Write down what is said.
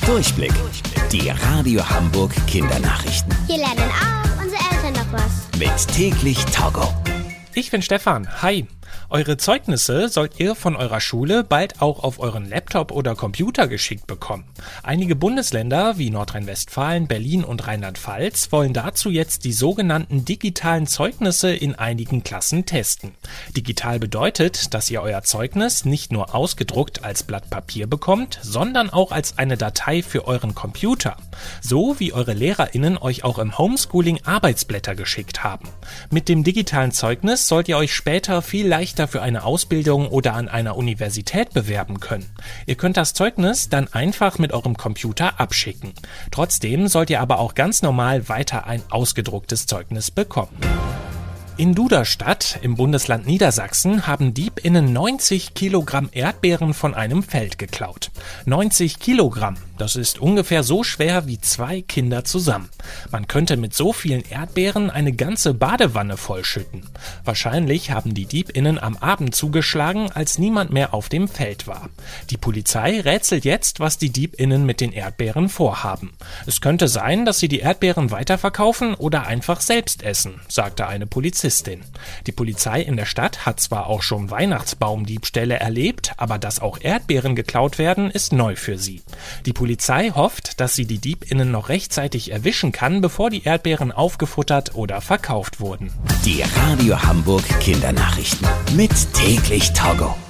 Durchblick. Die Radio Hamburg Kindernachrichten. Hier lernen auch unsere Eltern noch was. Mit täglich Togo. Ich bin Stefan. Hi. Eure Zeugnisse sollt ihr von eurer Schule bald auch auf euren Laptop oder Computer geschickt bekommen. Einige Bundesländer wie Nordrhein-Westfalen, Berlin und Rheinland-Pfalz wollen dazu jetzt die sogenannten digitalen Zeugnisse in einigen Klassen testen. Digital bedeutet, dass ihr euer Zeugnis nicht nur ausgedruckt als Blatt Papier bekommt, sondern auch als eine Datei für euren Computer. So wie eure LehrerInnen euch auch im Homeschooling Arbeitsblätter geschickt haben. Mit dem digitalen Zeugnis sollt ihr euch später viel leichter für eine Ausbildung oder an einer Universität bewerben können. Ihr könnt das Zeugnis dann einfach mit eurem Computer abschicken. Trotzdem sollt ihr aber auch ganz normal weiter ein ausgedrucktes Zeugnis bekommen. In Duderstadt im Bundesland Niedersachsen haben DiebInnen 90 Kilogramm Erdbeeren von einem Feld geklaut. 90 Kilogramm, das ist ungefähr so schwer wie 2 Kinder zusammen. Man könnte mit so vielen Erdbeeren eine ganze Badewanne vollschütten. Wahrscheinlich haben die DiebInnen am Abend zugeschlagen, als niemand mehr auf dem Feld war. Die Polizei rätselt jetzt, was die DiebInnen mit den Erdbeeren vorhaben. Es könnte sein, dass sie die Erdbeeren weiterverkaufen oder einfach selbst essen, sagte eine Polizistin. Die Polizei in der Stadt hat zwar auch schon Weihnachtsbaumdiebstähle erlebt, aber dass auch Erdbeeren geklaut werden, ist neu für sie. Die Polizei hofft, dass sie die DiebInnen noch rechtzeitig erwischen kann, bevor die Erdbeeren aufgefuttert oder verkauft wurden. Die Radio Hamburg Kindernachrichten mit täglich Togo.